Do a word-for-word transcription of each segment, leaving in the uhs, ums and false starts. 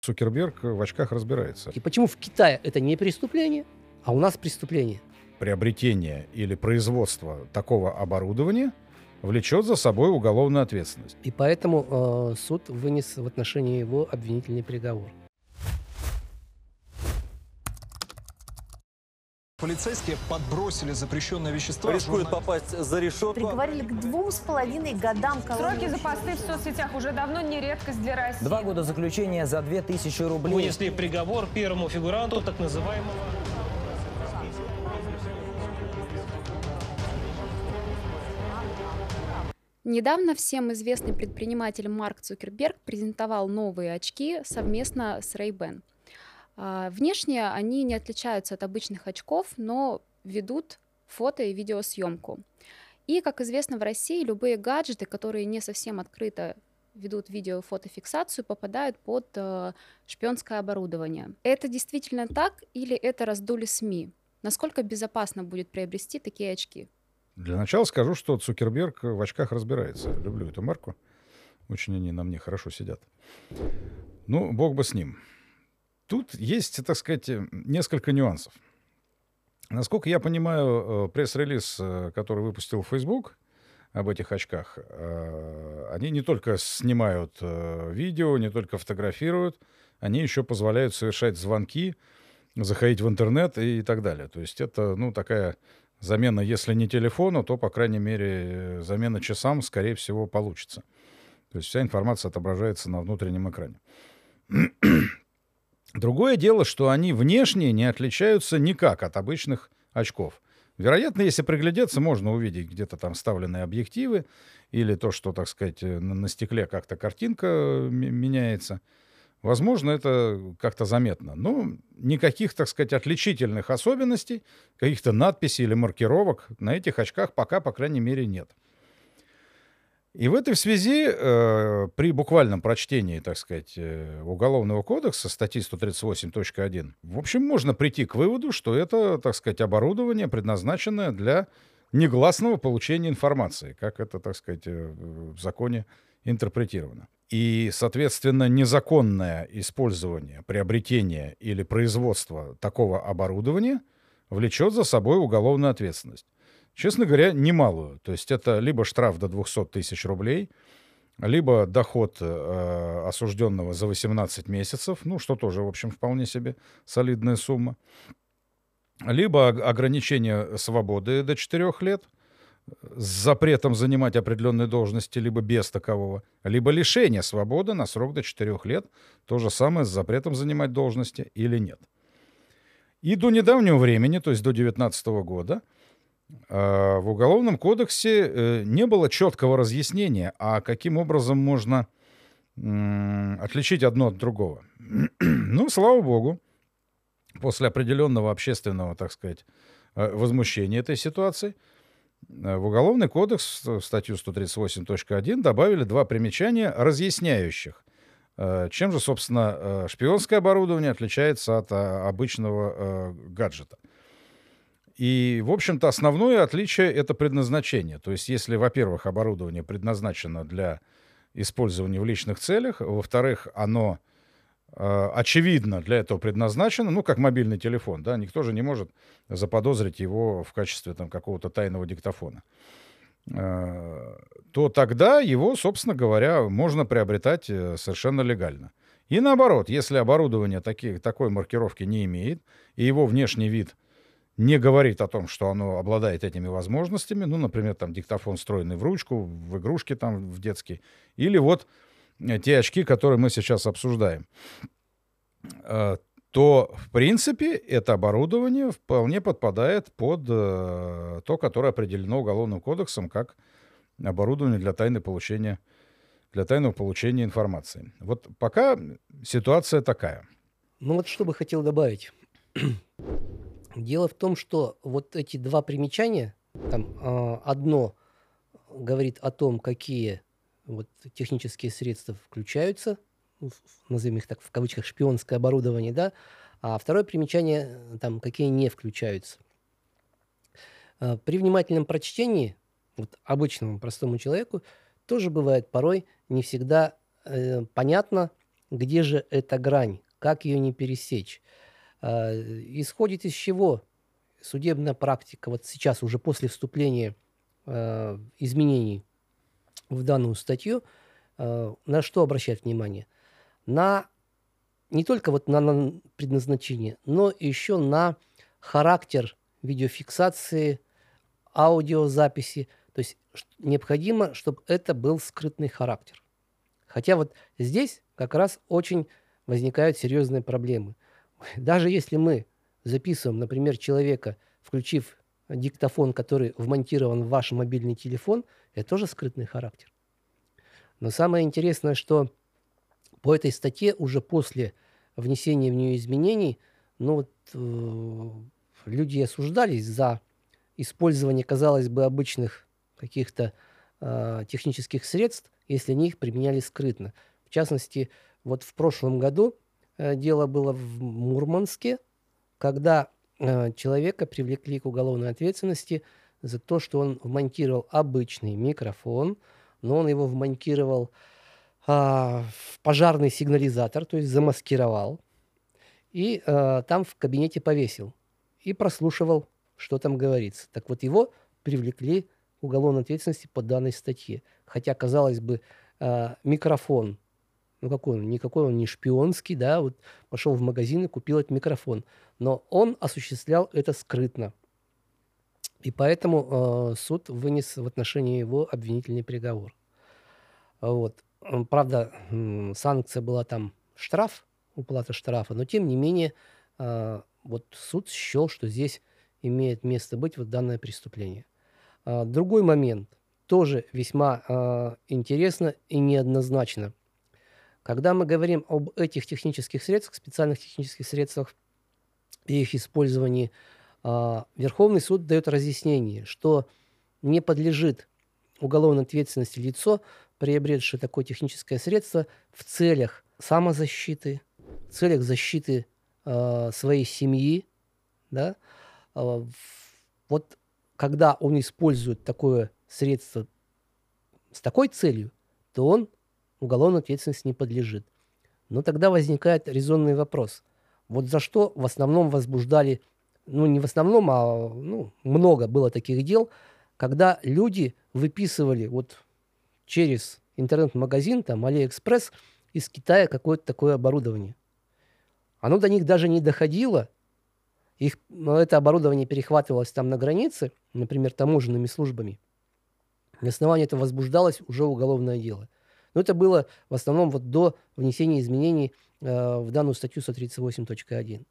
Цукерберг в очках разбирается. И почему в Китае это не преступление, а у нас преступление? Приобретение или производство такого оборудования влечет за собой уголовную ответственность. И поэтому э, суд вынес в отношении его обвинительный приговор. Полицейские подбросили запрещенное вещество. Рискует Журналист... попасть за решетку. Приговорили к двум с половиной годам колонии. Сроки за посты в соцсетях уже давно не редкость для России. Два года заключения за две тысячи рублей. Вынесли приговор первому фигуранту так называемого... Недавно всем известный предприниматель Марк Цукерберг презентовал новые очки совместно с Ray-Ban. Внешне они не отличаются от обычных очков, но ведут фото- и видеосъемку. И, как известно, в России любые гаджеты, которые не совсем открыто ведут видео- и фотофиксацию, попадают под э, шпионское оборудование. Это действительно так или это раздули СМИ? Насколько безопасно будет приобрести такие очки? Для начала скажу, что Цукерберг в очках разбирается. Люблю эту марку. Очень они на мне хорошо сидят. Ну, бог бы с ним. Тут есть, так сказать, несколько нюансов. Насколько я понимаю, пресс-релиз, который выпустил Facebook об этих очках, они не только снимают видео, не только фотографируют, они еще позволяют совершать звонки, заходить в интернет и так далее. То есть это, ну, такая замена, если не телефону, то, по крайней мере, замена часам, скорее всего, получится. То есть вся информация отображается на внутреннем экране. Другое дело, что они внешне не отличаются никак от обычных очков. Вероятно, если приглядеться, можно увидеть где-то там вставленные объективы или то, что, так сказать, на, на стекле как-то картинка меняется. Возможно, это как-то заметно. Но никаких, так сказать, отличительных особенностей, каких-то надписей или маркировок на этих очках пока, по крайней мере, нет. И в этой связи э, при буквальном прочтении, так сказать, э, Уголовного кодекса, статьи сто тридцать восемь точка один, в общем, можно прийти к выводу, что это, так сказать, оборудование, предназначенное для негласного получения информации, как это, так сказать, в законе интерпретировано. И, соответственно, незаконное использование, приобретение или производство такого оборудования влечет за собой уголовную ответственность. Честно говоря, немалую. То есть это либо штраф до двухсот тысяч рублей, либо доход э, осужденного за восемнадцать месяцев, ну, что тоже, в общем, вполне себе солидная сумма, либо ограничение свободы до четырех лет с запретом занимать определенные должности, либо без такового, либо лишение свободы на срок до четырех лет, то же самое с запретом занимать должности или нет. И до недавнего времени, то есть до две тысячи девятнадцатого года, в Уголовном кодексе не было четкого разъяснения, а каким образом можно отличить одно от другого. Ну, слава богу, после определенного общественного, так сказать, возмущения этой ситуации, в Уголовный кодекс, в статью сто тридцать восемь точка один, добавили два примечания, разъясняющих, чем же, собственно, шпионское оборудование отличается от обычного гаджета. И, в общем-то, основное отличие — это предназначение. То есть, если, во-первых, оборудование предназначено для использования в личных целях, во-вторых, оно э, очевидно для этого предназначено, ну, как мобильный телефон, да, никто же не может заподозрить его в качестве там какого-то тайного диктофона, э, то тогда его, собственно говоря, можно приобретать совершенно легально. И наоборот, если оборудование таки, такой маркировки не имеет, и его внешний вид не говорит о том, что оно обладает этими возможностями, ну, например, там диктофон, встроенный в ручку, в игрушки там, в детские, или вот те очки, которые мы сейчас обсуждаем, то, в принципе, это оборудование вполне подпадает под то, которое определено Уголовным кодексом как оборудование для тайны получения, для тайного получения информации. Вот пока ситуация такая. Ну вот что бы хотел добавить. Дело в том, что вот эти два примечания, там, э, одно говорит о том, какие вот, технические средства включаются, назовем их так в кавычках, шпионское оборудование, да, а второе примечание, там, какие не включаются. Э, при внимательном прочтении, вот, обычному простому человеку, тоже бывает порой не всегда э, понятно, где же эта грань, как ее не пересечь. А, исходит из чего судебная практика, вот сейчас уже после вступления а, изменений в данную статью, а, на что обращать внимание? На не только вот на, на предназначение, но еще на характер видеофиксации, аудиозаписи. То есть ш- необходимо, чтобы это был скрытный характер. Хотя вот здесь как раз очень возникают серьезные проблемы. Даже если мы записываем, например, человека, включив диктофон, который вмонтирован в ваш мобильный телефон, это тоже скрытный характер. Но самое интересное, что по этой статье уже после внесения в нее изменений, ну вот, э, люди осуждались за использование, казалось бы, обычных каких-то э, технических средств, если они их применяли скрытно. В частности, вот в прошлом году э, дело было в Мурманске, когда э, человека привлекли к уголовной ответственности за то, что он вмонтировал обычный микрофон, но он его вмонтировал а, в пожарный сигнализатор, то есть замаскировал, и а, там в кабинете повесил и прослушивал, что там говорится. Так вот, его привлекли к уголовной ответственности по данной статье. Хотя, казалось бы, а, микрофон, ну какой он, никакой он не шпионский, да, вот пошел в магазин и купил этот микрофон, но он осуществлял это скрытно. И поэтому э, суд вынес в отношении его обвинительный приговор. Вот. М, Правда, м, санкция была там штраф, уплата штрафа, но тем не менее э, вот суд счел, что здесь имеет место быть вот данное преступление. А, другой момент, тоже весьма э, интересно и неоднозначно. Когда мы говорим об этих технических средствах, специальных технических средствах и их использовании, а, Верховный суд дает разъяснение, что не подлежит уголовной ответственности лицо, приобретшее такое техническое средство в целях самозащиты, в целях защиты а, своей семьи. Да? А, в- вот когда он использует такое средство с такой целью, то он уголовной ответственности не подлежит. Но тогда возникает резонный вопрос. Вот за что в основном возбуждали, ну не в основном, а ну, много было таких дел, когда люди выписывали вот через интернет-магазин, там, Алиэкспресс, из Китая какое-то такое оборудование. Оно до них даже не доходило, их, ну, это оборудование перехватывалось там на границе, например, таможенными службами. На основании этого возбуждалось уже уголовное дело. Но это было в основном вот до внесения изменений э, в данную статью сто тридцать восемь точка один.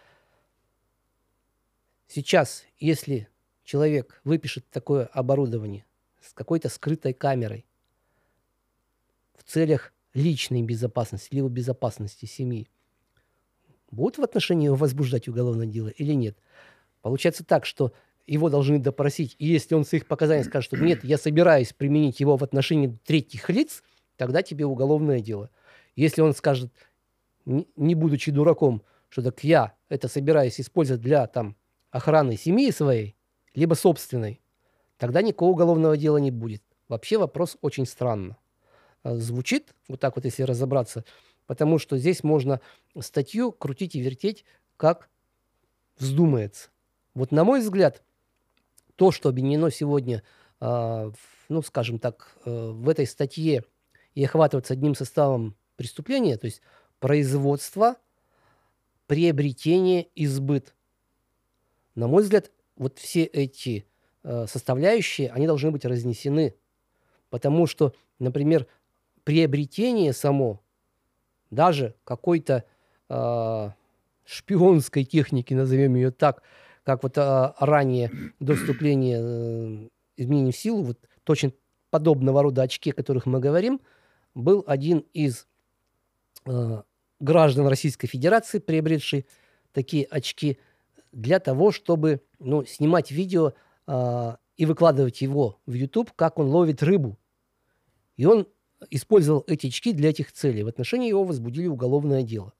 Сейчас, если человек выпишет такое оборудование с какой-то скрытой камерой в целях личной безопасности, либо безопасности семьи, будут в отношении его возбуждать уголовное дело или нет? Получается так, что его должны допросить, и если он в своих показаниях скажет, что нет, я собираюсь применить его в отношении третьих лиц, тогда тебе уголовное дело. Если он скажет, не не будучи дураком, что так я это собираюсь использовать для там, охраны семьи своей, либо собственной, тогда никакого уголовного дела не будет. Вообще вопрос очень странно а, звучит, вот так вот, если разобраться, потому что здесь можно статью крутить и вертеть, как вздумается. Вот на мой взгляд, то, что объединено сегодня, а, в- ну, скажем так, э, в этой статье и охватывается одним составом преступления, то есть производство, приобретение и сбыт. На мой взгляд, вот все эти э, составляющие, они должны быть разнесены, потому что, например, приобретение само, даже какой-то а, шпионской техники, назовем ее так, как вот а, ранее до вступления э, изменений в силу, вот точно подобного рода очки, о которых мы говорим, был один из э, граждан Российской Федерации, приобретший такие очки для того, чтобы ну, снимать видео а, и выкладывать его в YouTube, как он ловит рыбу. И он использовал эти очки для этих целей. В отношении его возбудили уголовное дело.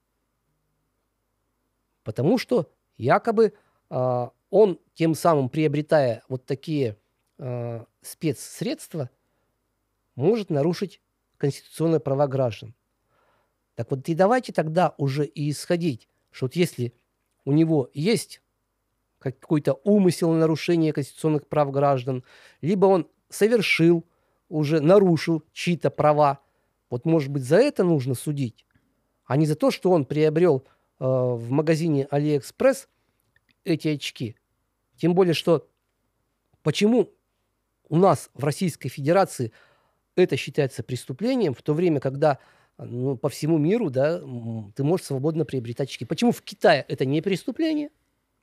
Потому что якобы а, он, тем самым приобретая вот такие а, спецсредства, может нарушить конституционные права граждан. Так вот и давайте тогда уже и исходить, что вот если у него есть какой-то умысел на нарушение конституционных прав граждан, либо он совершил, уже нарушил чьи-то права, вот может быть за это нужно судить, а не за то, что он приобрел э, в магазине AliExpress эти очки. Тем более, что почему у нас в Российской Федерации это считается преступлением, в то время, когда ну, по всему миру, да, м, ты можешь свободно приобретать очки. Почему в Китае это не преступление,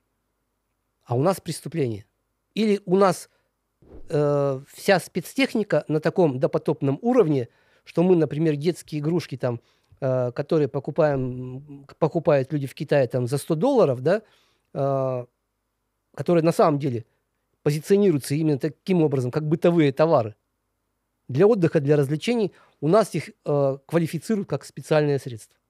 а у нас преступление? Или у нас э, вся спецтехника на таком допотопном уровне, что мы, например, детские игрушки, там, э, которые покупаем, покупают люди в Китае там, за сто долларов, да, э, которые на самом деле позиционируются именно таким образом, как бытовые товары. Для отдыха, для развлечений у нас их э, квалифицируют как специальное средство.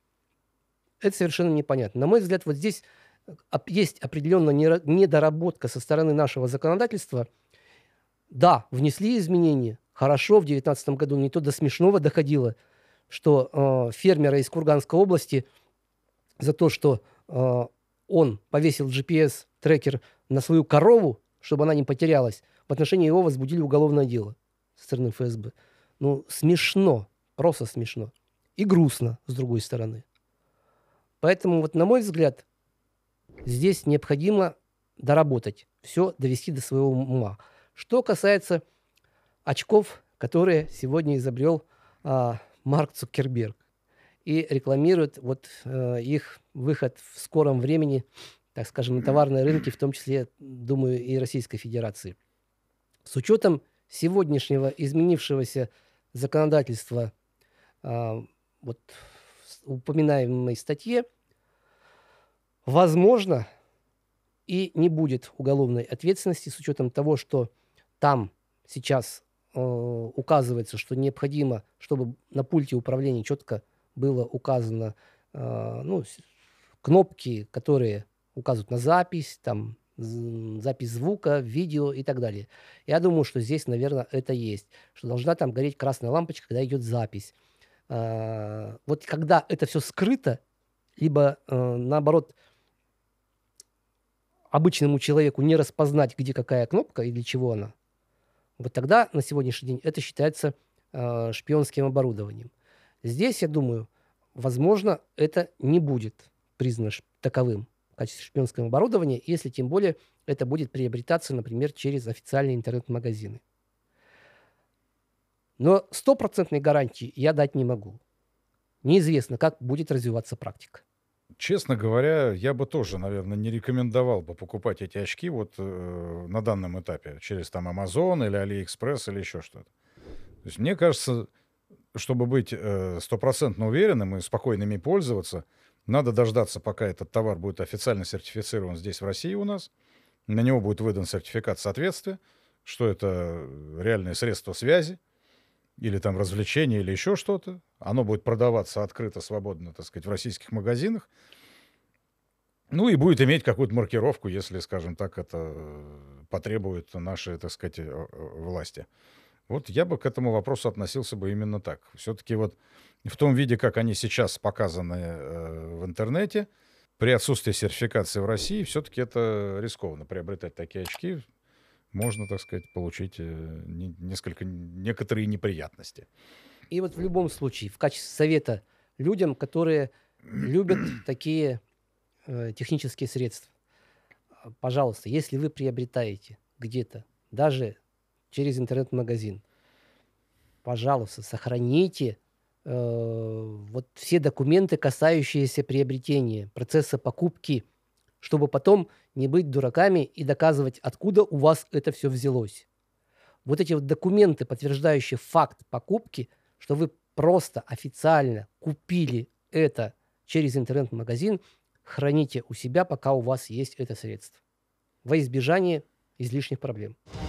Это совершенно непонятно. На мой взгляд, вот здесь оп- есть определенная нера- недоработка со стороны нашего законодательства. Да, внесли изменения. Хорошо, в две тысячи девятнадцатом году не то до смешного доходило, что э, фермера из Курганской области за то, что э, он повесил джи пи эс-трекер на свою корову, чтобы она не потерялась, в отношении его возбудили уголовное дело со стороны эф эс бэ. Ну, смешно, просто смешно. И грустно, с другой стороны. Поэтому, вот, на мой взгляд, здесь необходимо доработать, все довести до своего ума. Что касается очков, которые сегодня изобрел а, Марк Цукерберг и рекламирует вот, а, их выход в скором времени, так скажем, на товарные рынки, в том числе, думаю, и Российской Федерации. С учетом сегодняшнего изменившегося законодательства а, вот, в упоминаемой статье, возможно, и не будет уголовной ответственности с учетом того, что там сейчас э, указывается, что необходимо, чтобы на пульте управления четко было указано э, ну, с- кнопки, которые указывают на запись, там, з- запись звука, видео и так далее. Я думаю, что здесь, наверное, это есть. Что должна там гореть красная лампочка, когда идет запись. А, вот когда это все скрыто, либо э, наоборот обычному человеку не распознать, где какая кнопка и для чего она, вот тогда на сегодняшний день это считается э, шпионским оборудованием. Здесь, я думаю, возможно, это не будет признано ш- таковым в качестве шпионского оборудования, если тем более это будет приобретаться, например, через официальные интернет-магазины. Но стопроцентной гарантии я дать не могу. Неизвестно, как будет развиваться практика. Честно говоря, я бы тоже, наверное, не рекомендовал бы покупать эти очки вот э, на данном этапе через там Amazon или AliExpress или еще что-то. То есть мне кажется, чтобы быть э, стопроцентно уверенным и спокойно ими пользоваться, надо дождаться, пока этот товар будет официально сертифицирован здесь, в России у нас. На него будет выдан сертификат соответствия, что это реальное средство связи или там развлечение или еще что-то. Оно будет продаваться открыто, свободно, так сказать, в российских магазинах. Ну и будет иметь какую-то маркировку, если, скажем так, это э, потребуют наши, так сказать, э, э, власти. Вот я бы к этому вопросу относился бы именно так. Все-таки вот в том виде, как они сейчас показаны э, в интернете, при отсутствии сертификации в России, все-таки это рискованно приобретать такие очки. Можно, так сказать, получить э, не- несколько, некоторые неприятности. И вот в любом случае, в качестве совета людям, которые любят такие э, технические средства, а, пожалуйста, если вы приобретаете где-то, даже через интернет-магазин, пожалуйста, сохраните э, вот все документы, касающиеся приобретения, процесса покупки, чтобы потом не быть дураками и доказывать, откуда у вас это все взялось. Вот эти вот документы, подтверждающие факт покупки, что вы просто официально купили это через интернет-магазин, храните у себя, пока у вас есть это средство. Во избежание излишних проблем.